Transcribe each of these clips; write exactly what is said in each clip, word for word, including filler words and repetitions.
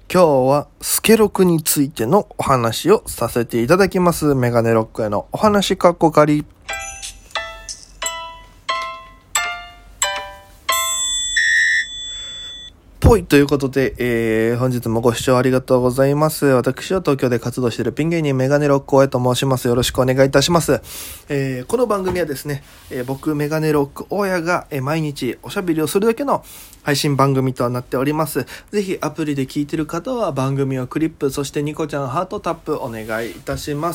今日はスケロクについてのお話をさせていただきます。メガネロックへのお話かっこかり。ぽいということで、えー、本日もご視聴ありがとうございます。私は東京で活動しているピン芸人メガネロック大江と申します。よろしくお願いいたします。えー、この番組はですね、えー、僕メガネロック大江が、えー、毎日おしゃべりをするだけの配信番組となっております。ぜひアプリで聞いている方は番組をクリップ、そしてニコちゃんハートタップお願いいたします。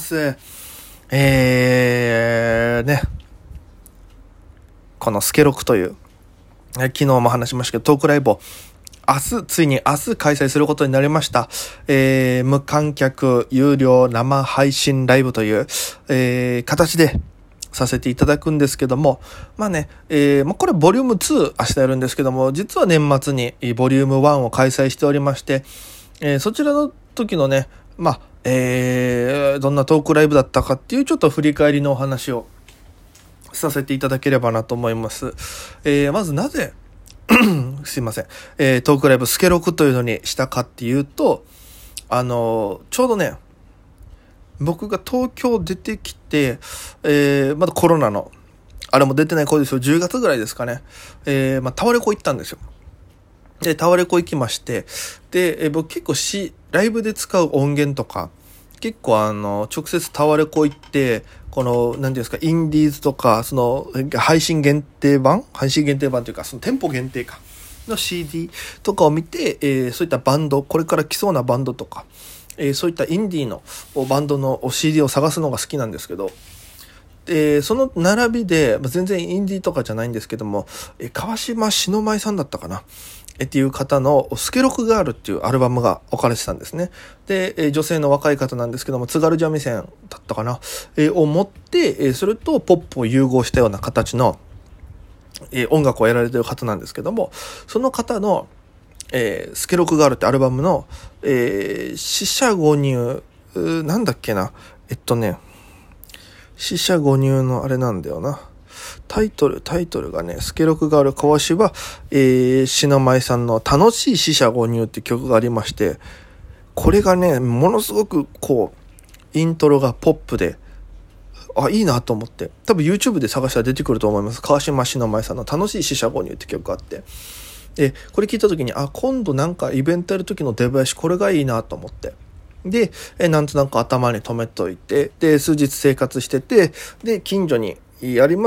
えー、ね、このスケロクという、えー、昨日も話しましたけどトークライブを明日、ついに明日開催することになりました。えー、無観客、有料、生配信ライブという、えー、形でさせていただくんですけども、まあね、えー、まあ、これボリュームツー明日やるんですけども、実は年末にボリュームワンを開催しておりまして、えー、そちらの時のね、まあ、えー、どんなトークライブだったかっていうちょっと振り返りのお話をさせていただければなと思います。えー、まずなぜ、すいません、えー、トークライブスケロクというのにしたかっていうと、あのー、ちょうどね僕が東京出てきて、えー、まだコロナのあれも出てない頃ですよ。じゅうがつぐらいですかね。えー、まあタワレコ行ったんですよ。でタワレコ行きまして、で、えー、僕結構しライブで使う音源とか結構あの直接タワレコ行ってこの何ていうんですか、インディーズとかその配信限定版配信限定版というかその店舗限定かの シーディー とかを見て、えー、そういったバンドこれから来そうなバンドとか、えー、そういったインディーのバンドの シーディー を探すのが好きなんですけど、えー、その並びで、まあ、全然インディーとかじゃないんですけども、えー、川島篠舞さんだったかなっていう方のスケロクガールっていうアルバムが置かれてたんですね。で、えー、女性の若い方なんですけども津軽三味線だったかな、えー、を持って、えー、それとポップを融合したような形の、えー、音楽をやられている方なんですけども、その方の、えー、スケロクガールってアルバムの、えー、四捨五入なんだっけなえっとね四捨五入のあれなんだよな。タイトル、タイトルがね、スケロクガール川島、えー、篠舞さんの楽しい四捨五入って曲がありまして、これがね、ものすごくこう、イントロがポップで、あ、いいなと思って、多分 YouTube で探したら出てくると思います。川島篠舞さんの楽しい四捨五入って曲があって。で、これ聞いた時に、あ、今度なんかイベントやる時の出囃子これがいいなと思って。で、えなんとなく頭に留めといて、で、数日生活してて、で、近所に、あります、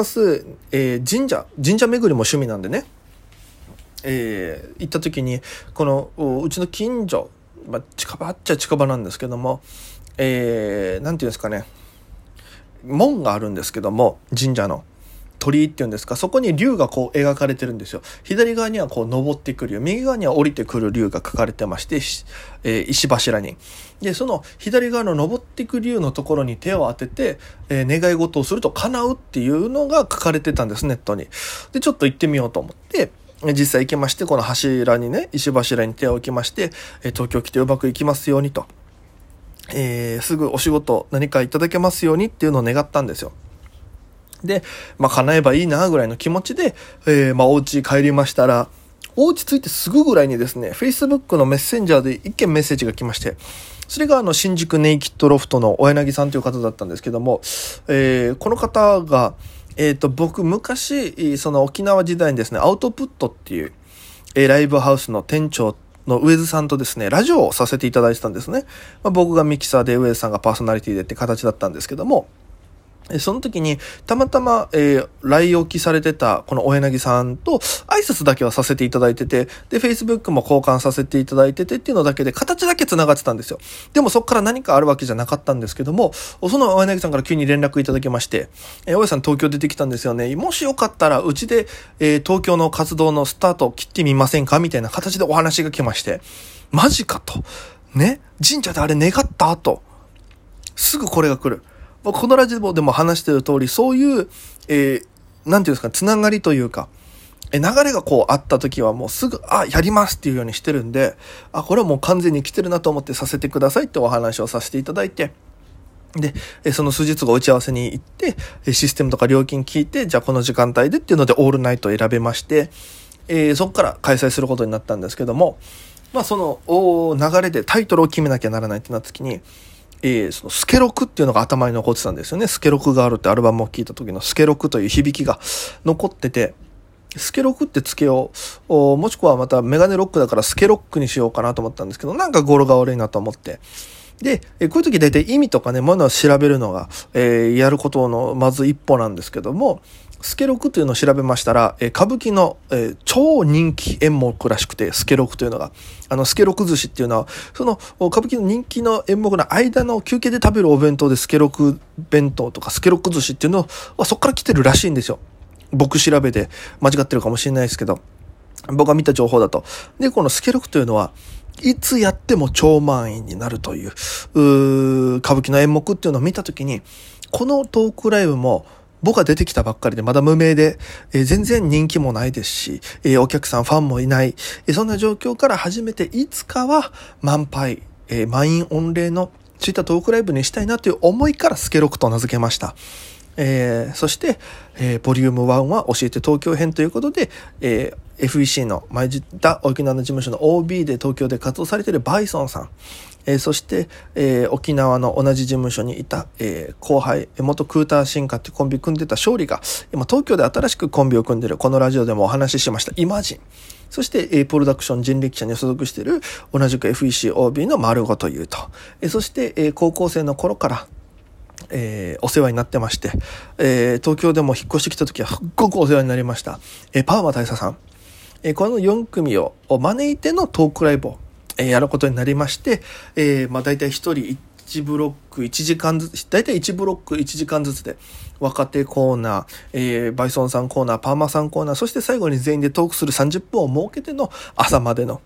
えー、神社神社巡りも趣味なんでね、えー、行った時にこのうちの近所、まあ、近場っちゃ近場なんですけども、えー、なんていうんですかね、門があるんですけども神社の鳥居っていうんですか、そこに竜がこう描かれてるんですよ。左側にはこう登ってくる竜、右側には降りてくる竜が描かれてまして、えー、石柱に。で、その左側の登ってくる竜のところに手を当てて、えー、願い事をすると叶うっていうのが書かれてたんです、ネットに。で、ちょっと行ってみようと思って、実際行きまして、この柱にね、石柱に手を置きまして、えー、東京来てうまくいきますようにと、えー、すぐお仕事何かいただけますようにっていうのを願ったんですよ。で、まあ、叶えばいいなぐらいの気持ちで、えー、まあ、お家帰りましたら、お家着いてすぐぐらいにですね、Facebook のメッセンジャーで一件メッセージが来まして、それがあの、新宿ネイキッドロフトの小柳さんという方だったんですけども、えー、この方が、えっと、僕、昔、その沖縄時代にですね、アウトプットっていう、えー、ライブハウスの店長の上津さんとですね、ラジオをさせていただいてたんですね。まあ、僕がミキサーで上津さんがパーソナリティでって形だったんですけども、その時にたまたま、えー、来置きされてたこの小柳さんと挨拶だけはさせていただいてて、で Facebook も交換させていただいててっていうのだけで形だけ繋がってたんですよ。でもそこから何かあるわけじゃなかったんですけども、その小柳さんから急に連絡いただきまして、えー、大江さん東京出てきたんですよね、もしよかったらうちで、えー、東京の活動のスタートを切ってみませんかみたいな形でお話が来まして、マジかとね、神社であれ願った後すぐこれが来る。このラジオでも話している通り、そういう、えー、なんていうんですか、つながりというか、え流れがこうあった時はもうすぐ、あ、やりますっていうようにしてるんで、あ、これはもう完全に来てるなと思ってさせてくださいってお話をさせていただいて、で、その数日後打ち合わせに行って、システムとか料金聞いて、じゃあこの時間帯でっていうのでオールナイトを選べまして、えー、そこから開催することになったんですけども、 まあその流れでタイトルを決めなきゃならないってなった時に、えー、そのスケロクっていうのが頭に残ってたんですよね。スケロクがあるってアルバムを聴いた時のスケロクという響きが残ってて、スケロクってつけよう、もしくはまたメガネロックだからスケロックにしようかなと思ったんですけど、なんか語呂が悪いなと思って。で、えこういう時大体意味とかね、ものを調べるのが、えー、やることのまず一歩なんですけども、スケロクというのを調べましたら、えー、歌舞伎の、えー、超人気演目らしくて、スケロクというのが、あのスケロク寿司っていうのは、その歌舞伎の人気の演目の間の休憩で食べるお弁当でスケロク弁当とかスケロク寿司っていうのはそこから来てるらしいんですよ。僕調べで間違ってるかもしれないですけど、僕が見た情報だと。で、このスケロクというのはいつやっても超満員になるという、う歌舞伎の演目っていうのを見たときに、このトークライブも僕が出てきたばっかりでまだ無名で、えー、全然人気もないですし、えー、お客さんファンもいない、えー、そんな状況から初めていつかは満杯、えー、満員御礼のそういったトークライブにしたいなという思いからスケロクと名付けました。えー、そして、えー、ボリュームワンは教えて東京編ということで、えー、エフイーシー の前田沖縄の事務所の オービー で東京で活動されているバイソンさん、えー、そして、えー、沖縄の同じ事務所にいた、えー、後輩元クーターシンカってコンビ組んでた勝利が今東京で新しくコンビを組んでいる、このラジオでもお話ししましたイマジン、そして、えー、プロダクション人力車に所属している同じく エフイーシー オービー の丸ごというと、えー、そして、えー、高校生の頃からえー、お世話になってまして、えー、東京でも引っ越してきた時はすっごくお世話になりました、えー、パーマ大佐さん、えー、このよん組を招いてのトークライブを、えー、やることになりまして、えーまあ、大体ひとりいちブロックいちじかんずつ、大体いちブロックいちじかんずつで若手コーナー、えー、バイソンさんコーナー、パーマさんコーナー、そして最後に全員でトークするさんじゅっぷんを設けての朝までの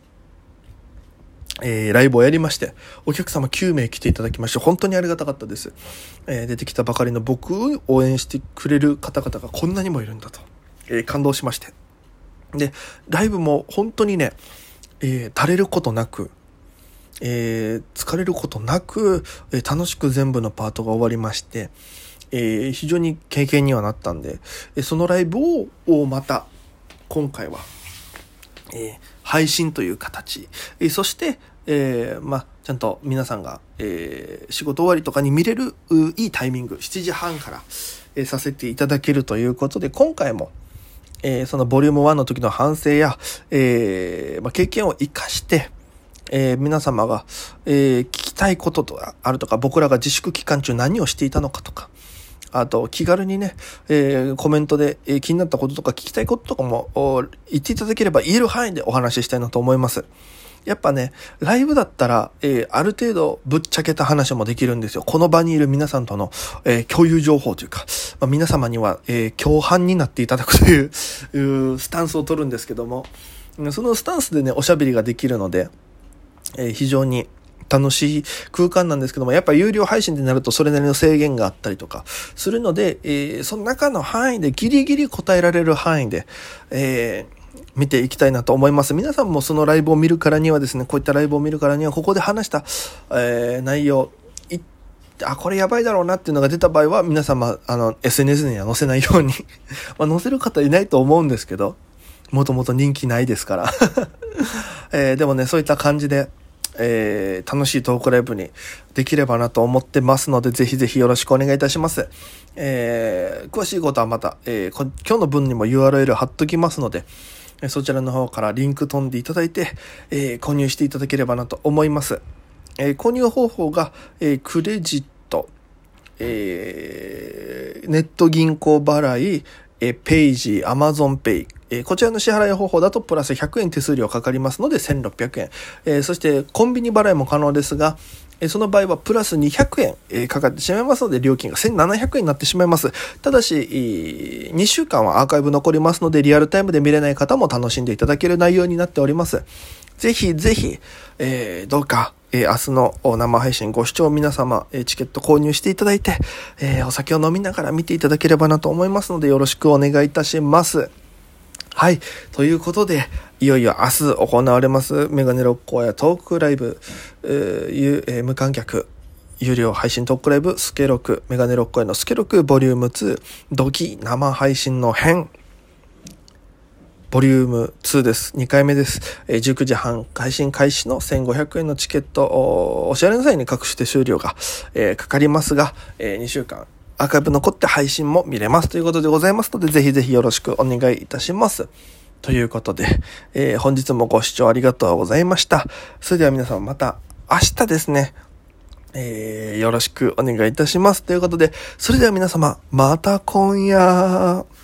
えー、ライブをやりまして、お客様きゅうめい来ていただきまして、本当にありがたかったです。えー、出てきたばかりの僕を応援してくれる方々がこんなにもいるんだと、えー、感動しまして。で、ライブも本当にね、えー、垂れることなく、えー、疲れることなく、えー、楽しく全部のパートが終わりまして、えー、非常に経験にはなったんで、えー、そのライブをまた今回は、えー、配信という形、えー、そして、えー、まあちゃんと皆さんが、えー、仕事終わりとかに見れるいいタイミングしちじはんから、えー、させていただけるということで、今回も、えー、そのボリュームワンの時の反省や、えーまあ、経験を生かして、えー、皆様が、えー、聞きたいこととかあるとか、僕らが自粛期間中何をしていたのかとか、あと気軽にね、えー、コメントで、えー、気になったこととか聞きたいこととかも言っていただければ言える範囲でお話ししたいなと思います。やっぱね、ライブだったら、えー、ある程度ぶっちゃけた話もできるんですよ。この場にいる皆さんとの、えー、共有情報というか、まあ、皆様には、えー、共犯になっていただくというスタンスを取るんですけども、そのスタンスでね、おしゃべりができるので、えー、非常に楽しい空間なんですけども、やっぱ有料配信になるとそれなりの制限があったりとかするので、えー、その中の範囲でギリギリ答えられる範囲で、えー、見ていきたいなと思います。皆さんもそのライブを見るからにはですね、こういったライブを見るからにはここで話した、えー、内容、あ、これやばいだろうなっていうのが出た場合は皆様あの エスエヌエス には載せないようにまあ載せる方いないと思うんですけど、もともと人気ないですから、えー、でもね、そういった感じでえー、楽しいトークライブにできればなと思ってますので、ぜひぜひよろしくお願いいたします。えー、詳しいことはまた、えー、今日の分にも ユーアールエル 貼っときますので、そちらの方からリンク飛んでいただいて、えー、購入していただければなと思います。えー、購入方法が、えー、クレジット、えー、ネット銀行払い、えー、ペイジー、アマゾンペイ、えー、こちらの支払い方法だとプラスひゃくえん手数料かかりますのでせんろっぴゃくえん、えー、そしてコンビニ払いも可能ですが、えー、その場合はプラスにひゃくえん、えー、かかってしまいますので料金がせんななひゃくえんになってしまいます。ただしにしゅうかんはアーカイブ残りますので、リアルタイムで見れない方も楽しんでいただける内容になっております。ぜひぜひ、えー、どうかえー、明日の生配信ご視聴皆様、えー、チケット購入していただいて、えー、お酒を飲みながら見ていただければなと思いますので、よろしくお願いいたします。はい。ということで、いよいよ明日行われますメガネ六甲やトークライブ、えーえー、無観客有料配信トークライブスケロク、メガネ六甲へのスケロクボリュームツー、ドキ生配信の編、 ボリュームツーです。にかいめです。えー、じゅうくじはん配信開始のせんごひゃくえんのチケット、お, お支払いの際に各種手数料が、えー、かかりますが、えー、にしゅうかんアーカイブ残って配信も見れますということでございますので、ぜひぜひよろしくお願いいたします。ということで、えー、本日もご視聴ありがとうございました。それでは皆様また明日ですね、えー、よろしくお願いいたします。ということで、それでは皆様、また今夜。